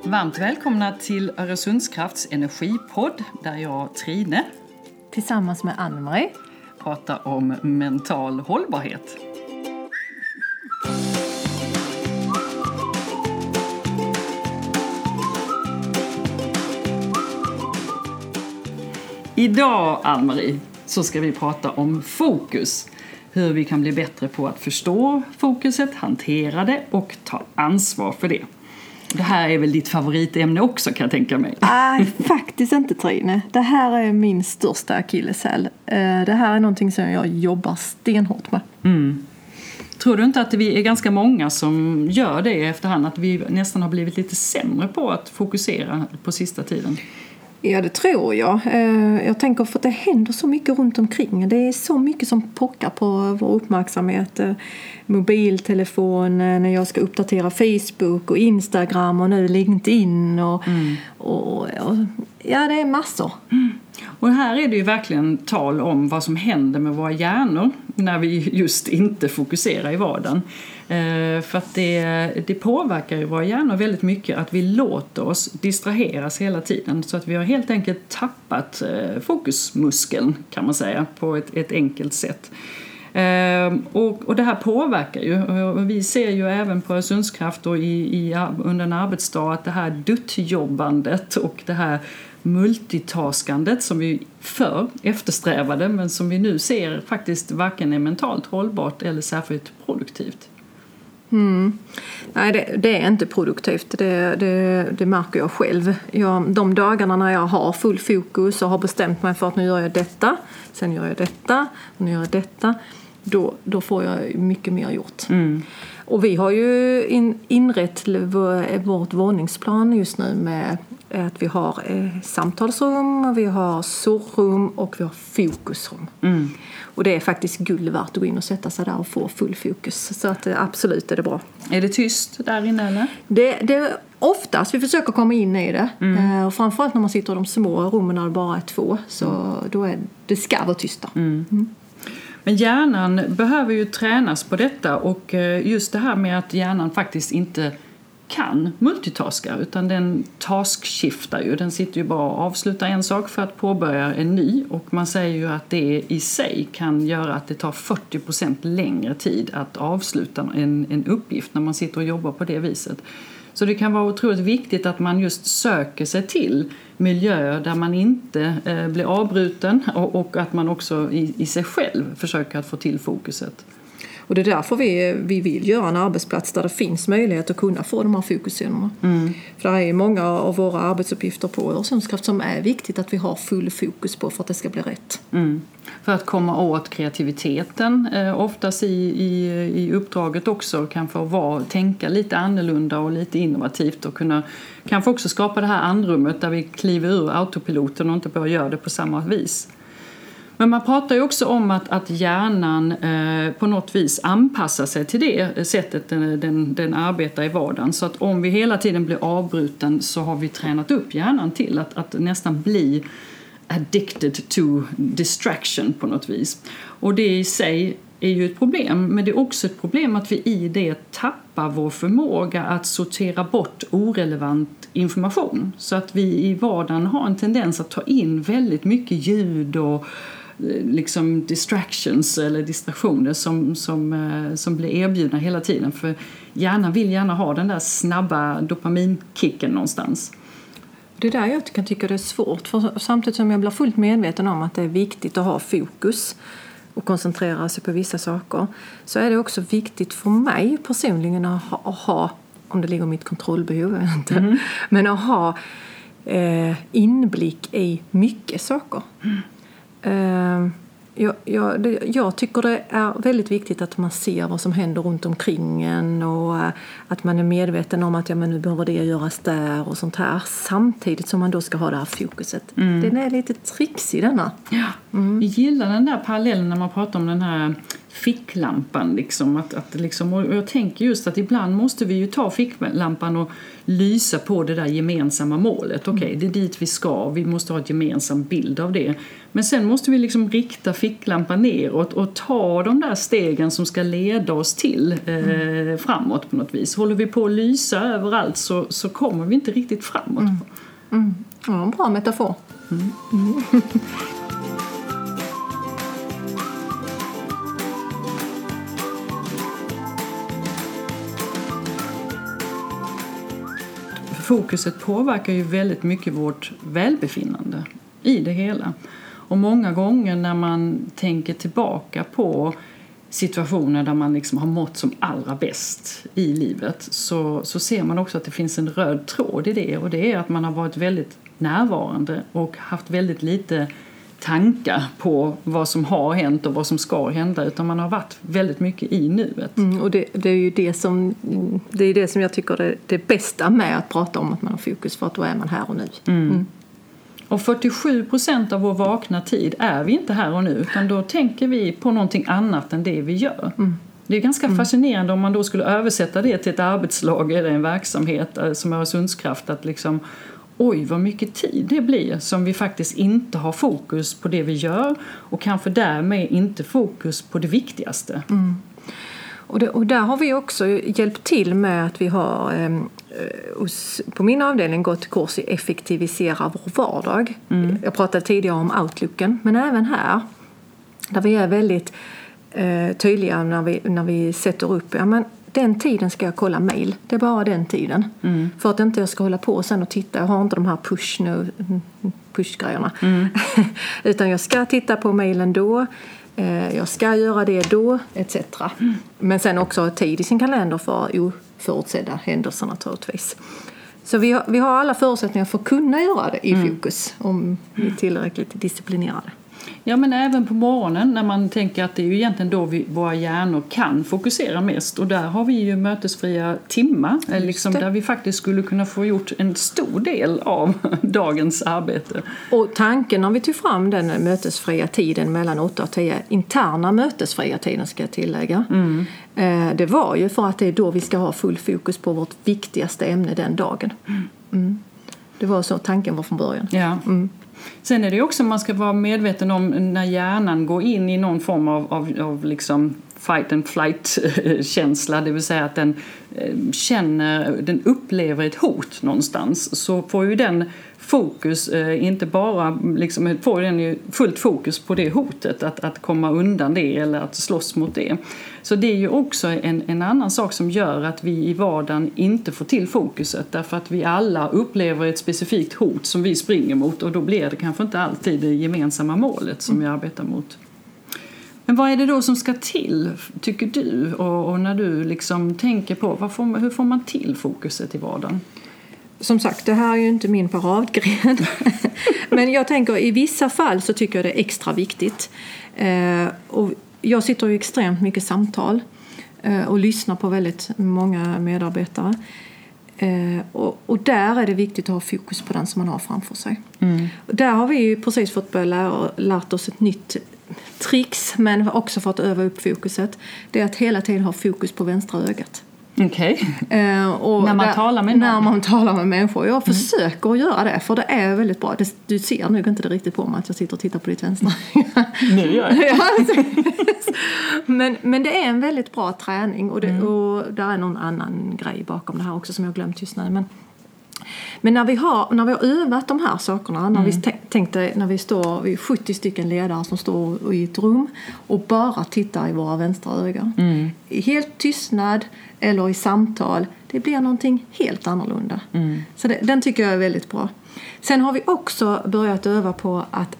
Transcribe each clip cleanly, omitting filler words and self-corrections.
Varmt välkomna till Öresundskrafts energipodd där jag, Trine, tillsammans med Ann-Marie pratar om mental hållbarhet. Idag, Ann-Marie, så ska vi prata om fokus. Hur vi kan bli bättre på att förstå fokuset, hantera det och ta ansvar för det. Det här är väl ditt favoritämne också, kan jag tänka mig? Nej, faktiskt inte, Trine. Det här är min största akilleshäl. Det här är någonting som jag jobbar stenhårt med. Mm. Tror du inte att vi är ganska många som gör det efterhand? Att vi nästan har blivit lite sämre på att fokusera på sista tiden? Ja, det tror jag. Jag tänker för att det händer så mycket runt omkring. Det är så mycket som pockar på vår uppmärksamhet. Mobiltelefon, när jag ska uppdatera Facebook och Instagram och nu LinkedIn. Och ja, det är massor. Mm. Och här är det ju verkligen tal om vad som händer med våra hjärnor när vi just inte fokuserar i vardagen. För att det påverkar ju våra hjärnor väldigt mycket att vi låter oss distraheras hela tiden. Så att vi har helt enkelt tappat fokusmuskeln, kan man säga, på ett enkelt sätt. Och det här påverkar ju. Vi ser ju även på Öresundskraft och under en arbetsdag att det här duttjobbandet och det här multitaskandet som vi förr eftersträvade men som vi nu ser faktiskt varken är mentalt hållbart eller särskilt produktivt. Nej, det är inte produktivt. Det märker jag själv. De dagarna när jag har full fokus och har bestämt mig för att nu gör jag detta, sen gör jag detta och nu gör jag detta, då får jag mycket mer gjort. Och vi har ju inrett vårt våningsplan just nu med att vi har samtalsrum, vi har surrum och vi har fokusrum. Och det är faktiskt guld värt att gå in och sätta sig där och få full fokus. Så att absolut är det bra. Är det tyst där inne eller? Det oftast, vi försöker komma in i det. Och framförallt när man sitter i de små rummen när det bara är två. Så då är det ska vara tysta. Men hjärnan behöver ju tränas på detta och just det här med att hjärnan faktiskt inte kan multitaska utan den taskskiftar ju. Den sitter ju bara och avslutar en sak för att påbörja en ny och man säger ju att det i sig kan göra att det tar 40% längre tid att avsluta en uppgift när man sitter och jobbar på det viset. Så det kan vara otroligt viktigt att man just söker sig till miljöer där man inte blir avbruten och att man också i sig själv försöker att få till fokuset. Och det är därför vi vill göra en arbetsplats där det finns möjlighet att kunna få de här fokuszonerna. För det är många av våra arbetsuppgifter på Öresundskraft som är viktigt att vi har full fokus på för att det ska bli rätt. För att komma åt kreativiteten, oftast i uppdraget också kan få tänka lite annorlunda och lite innovativt och kunna kanske också skapa det här andrummet där vi kliver ur autopiloten och inte bara gör det på samma vis. Men man pratar ju också om att hjärnan på något vis anpassar sig till det sättet den arbetar i vardagen. Så att om vi hela tiden blir avbruten så har vi tränat upp hjärnan till att nästan bli addicted to distraction på något vis. Och det i sig är ju ett problem, men det är också ett problem att vi i det tappar vår förmåga att sortera bort orelevant information. Så att vi i vardagen har en tendens att ta in väldigt mycket ljud och liksom distractions eller distraktioner som blir erbjudna hela tiden. För hjärnan vill gärna ha den där snabba dopaminkicken någonstans. Det är där jag kan tycka det är svårt. För samtidigt som jag blir fullt medveten om att det är viktigt att ha fokus och koncentrera sig på vissa saker, så är det också viktigt för mig personligen att ha om det ligger mitt kontrollbehov eller inte, men att ha inblick i mycket saker. Jag tycker det är väldigt viktigt att man ser vad som händer runt omkring en och att man är medveten om att nu behöver det göras där och sånt här, samtidigt som man då ska ha det här fokuset. Den är lite trixig denna. Ja. Vi gillar den där parallellen när man pratar om den här ficklampan liksom, att liksom, och jag tänker just att ibland måste vi ju ta ficklampan och lysa på det där gemensamma målet. Okej, det är dit vi ska, vi måste ha ett gemensam bild av det. Men sen måste vi liksom rikta ficklampan neråt och ta de där stegen som ska leda oss till framåt på något vis. Håller vi på att lysa överallt så kommer vi inte riktigt framåt. Ja, en bra metafor. Fokuset påverkar ju väldigt mycket vårt välbefinnande i det hela. Och många gånger när man tänker tillbaka på situationer där man liksom har mått som allra bäst i livet så ser man också att det finns en röd tråd i det. Och det är att man har varit väldigt närvarande och haft väldigt lite tankar på vad som har hänt och vad som ska hända, utan man har varit väldigt mycket i nuet. Och det är ju det som jag tycker är det bästa med att prata om att man har fokus, för att då är man här och nu. Och 47% av vår vakna tid är vi inte här och nu, utan då tänker vi på någonting annat än det vi gör. Det är ganska fascinerande om man då skulle översätta det till ett arbetslag eller en verksamhet som Öresundskraft, att liksom oj, vad mycket tid det blir som vi faktiskt inte har fokus på det vi gör och kanske därmed inte fokus på det viktigaste. Och där har vi också hjälpt till med att vi har på min avdelning gått kurs i effektivisera vår vardag. Jag pratade tidigare om outlooken, men även här där vi är väldigt tydliga när vi sätter upp, ja, men den tiden ska jag kolla mejl. Det är bara den tiden. För att inte jag ska hålla på sen och titta. Jag har inte de här push-grejerna. Utan jag ska titta på mejlen då. Jag ska göra det då, etc. Men sen också ha tid i sin kalender för oförutsedda händelser naturligtvis. Så vi har alla förutsättningar för att kunna göra det i fokus om vi är tillräckligt disciplinerade. Ja, men även på morgonen när man tänker att det är ju egentligen då våra hjärnor kan fokusera mest. Och där har vi ju mötesfria timmar liksom, där vi faktiskt skulle kunna få gjort en stor del av dagens arbete. Och tanken när vi tog fram den mötesfria tiden mellan 8 och 10, interna mötesfria tiden ska jag tillägga. Det var ju för att det är då vi ska ha full fokus på vårt viktigaste ämne den dagen. Det var så tanken var från början. Ja. Sen är det också, man ska vara medveten om när hjärnan går in i någon form av liksom fight and flight-känsla, det vill säga att den upplever ett hot någonstans, så får ju den fokus, inte bara liksom, får den ju fullt fokus på det hotet, att komma undan det eller att slåss mot det. Så det är ju också en annan sak som gör att vi i vardagen inte får till fokuset, därför att vi alla upplever ett specifikt hot som vi springer mot, och då blir det kanske inte alltid det gemensamma målet som vi arbetar mot. Men vad är det då som ska till, tycker du, och när du liksom tänker på hur får man till fokuset i vardagen? Som sagt, det här är ju inte min paradgren. Men jag tänker i vissa fall så tycker jag det är extra viktigt. Och jag sitter ju extremt mycket samtal och lyssnar på väldigt många medarbetare. Och där är det viktigt att ha fokus på den som man har framför sig. Där har vi ju precis fått lärt oss ett nytt tricks, men också för att öva upp fokuset. Det är att hela tiden ha fokus på vänstra ögat. Okej. När man talar med någon? När man talar med människor. Jag försöker att göra det, för det är väldigt bra. Du ser nog inte det riktigt på mig att jag sitter och tittar på ditt vänstra. Nu gör jag. Men det är en väldigt bra träning. Och där är någon annan grej bakom det här också som jag har glömt just nu. Men när vi har övat de här sakerna, när vi står, vi är 70 stycken ledare som står i ett rum och bara tittar i våra vänstra ögon. I helt tystnad eller i samtal, det blir någonting helt annorlunda. Så den tycker jag är väldigt bra. Sen har vi också börjat öva på att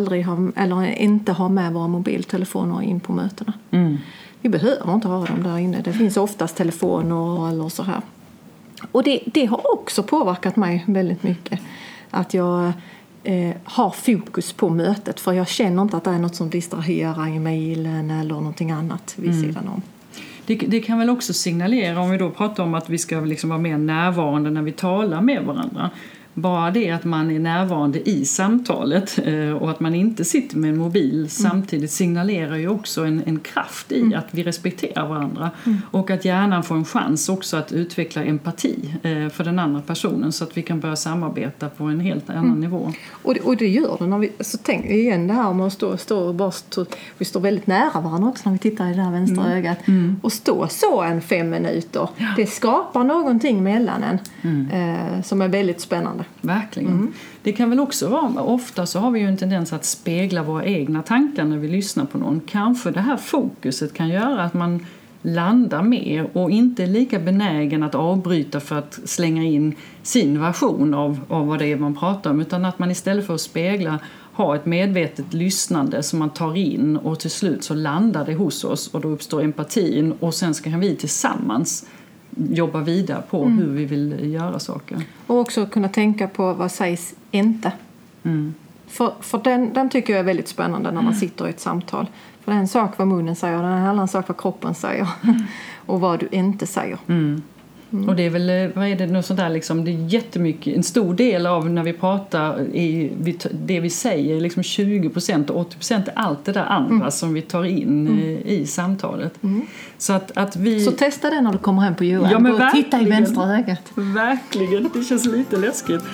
inte ha med våra mobiltelefoner in på mötena. Vi behöver inte ha dem där inne. Det finns oftast telefoner eller så här. Och det har också påverkat mig väldigt mycket. Att jag har fokus på mötet. För jag känner inte att det är något som distraherar i mejlen eller någonting annat vid sidan om. Det kan väl också signalera, om vi då pratar om att vi ska liksom vara mer närvarande när vi talar med varandra. bara det att man är närvarande i samtalet och att man inte sitter med en mobil samtidigt signalerar ju också en kraft i att vi respekterar varandra och att hjärnan får en chans också att utveckla empati för den andra personen så att vi kan börja samarbeta på en helt annan nivå. Och det gör det när vi så tänker vi igen det här med att vi står väldigt nära varandra också när vi tittar i det här vänstra ögat och stå så en 5 minuter. Det skapar någonting mellan en som är väldigt spännande. Verkligen. Det kan väl också vara, ofta så har vi ju en tendens att spegla våra egna tankar när vi lyssnar på någon. Kanske det här fokuset kan göra att man landar mer och inte är lika benägen att avbryta för att slänga in sin version av vad det är man pratar om, utan att man istället för att spegla har ett medvetet lyssnande som man tar in och till slut så landar det hos oss och då uppstår empatin och sen ska vi tillsammans jobba vidare på hur vi vill göra saker. Och också kunna tänka på vad sägs inte. För den tycker jag är väldigt spännande när man sitter i ett samtal. För det är en sak vad munnen säger och det är en annan sak vad kroppen säger. Och vad du inte säger. Och det är väl, vad är det något sånt där liksom, det är jättemycket, en stor del av när vi pratar det vi säger, liksom 20% och 80% är allt det där andra som vi tar in i samtalet. Så att vi... Så testa det när du kommer hem på Johan. Ja, men och titta i vänstra ögat. Verkligen, det känns lite läskigt.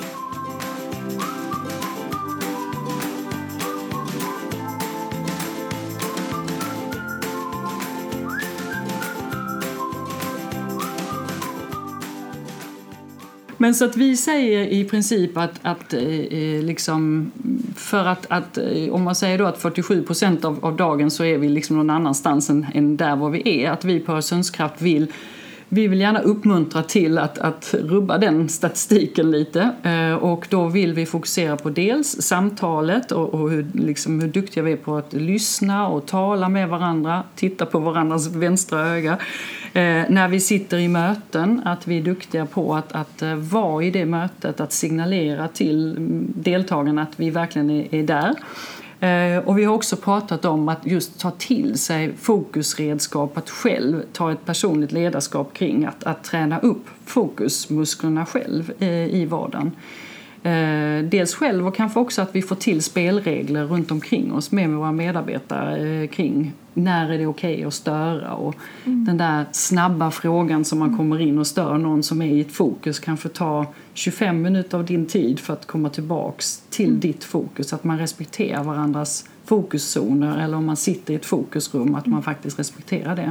Men så att vi säger i princip att liksom för att om man säger då att 47% av dagen så är vi liksom någon annanstans än där var vi är. Att vi på Öresundskraft vill gärna uppmuntra till att rubba den statistiken lite. Och då vill vi fokusera på dels samtalet och hur duktiga vi är på att lyssna och tala med varandra. Titta på varandras vänstra öga. När vi sitter i möten, att vi är duktiga på att vara i det mötet, att signalera till deltagarna att vi verkligen är där. Och vi har också pratat om att just ta till sig fokusredskap, att själv ta ett personligt ledarskap kring att träna upp fokusmusklerna själv i vardagen. Dels själv och kanske också att vi får till spelregler runt omkring oss med våra medarbetare kring när är det okej att störa och den där snabba frågan som man kommer in och stör någon som är i ett fokus kanske ta 25 minuter av din tid för att komma tillbaks till ditt fokus, att man respekterar varandras fokuszoner eller om man sitter i ett fokusrum att man faktiskt respekterar det.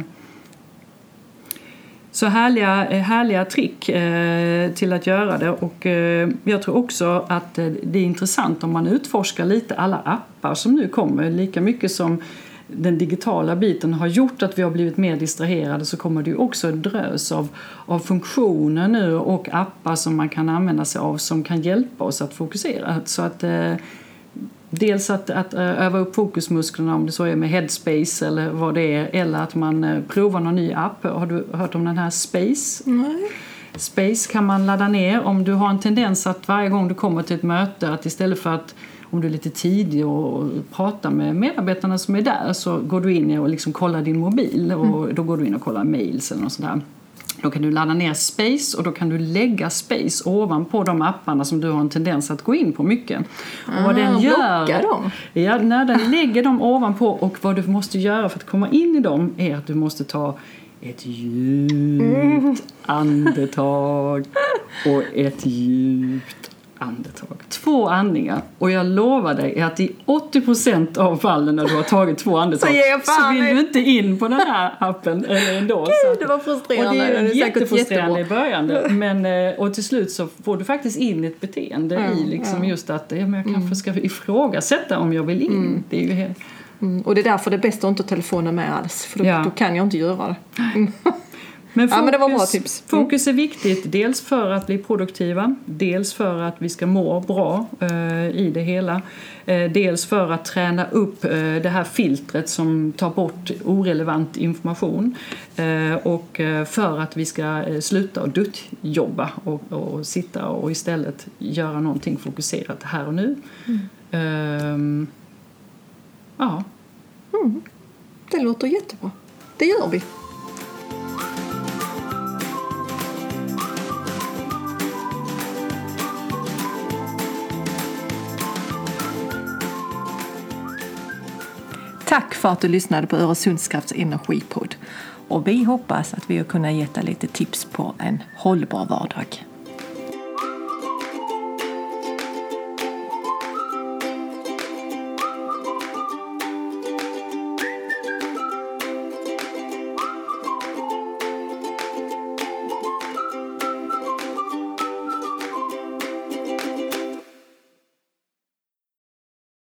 Så härliga trick till att göra det och jag tror också att det är intressant om man utforskar lite alla appar som nu kommer, lika mycket som den digitala biten har gjort att vi har blivit mer distraherade så kommer det ju också en drös av funktioner nu och appar som man kan använda sig av som kan hjälpa oss att fokusera. Så att dels att öva upp fokusmusklerna om det så är med Headspace eller vad det är eller att man provar någon ny app. Har du hört om den här Space? Nej. Space kan man ladda ner om du har en tendens att varje gång du kommer till ett möte att istället för att om du är lite tidig och pratar med medarbetarna som är där så går du in och liksom kollar din mobil och då går du in och kollar mails eller något sånt där. Då kan du ladda ner Space och då kan du lägga Space ovanpå de apparna som du har en tendens att gå in på mycket. Och vad den gör, dem. Ja, när den lägger dem ovanpå och vad du måste göra för att komma in i dem är att du måste ta ett djupt andetag och ett djupt andetag. 2 andningar. Och jag lovar dig att i 80% av fallen när du har tagit 2 andetag så vill du inte in på den här appen eller ändå. Gud, det var frustrerande. Och det är jättefrustrerande i början. Men, och till slut så får du faktiskt in ett beteende i liksom just att jag kanske ska ifrågasätta om jag vill in. Det är ju helt... Och det är därför det är bäst att inte telefonen med alls. För då kan jag inte göra det. Men men det var bra tips. Fokus är viktigt, dels för att bli produktiva, dels för att vi ska må bra i det hela. Dels för att träna upp det här filtret som tar bort orelevant information. Och för att vi ska sluta och duttjobba och sitta och istället göra någonting fokuserat här och nu. Det låter jättebra. Det gör vi. Tack för att du lyssnade på Öresundskrafts energipodd. Och vi hoppas att vi har kunnat ge dig lite tips på en hållbar vardag.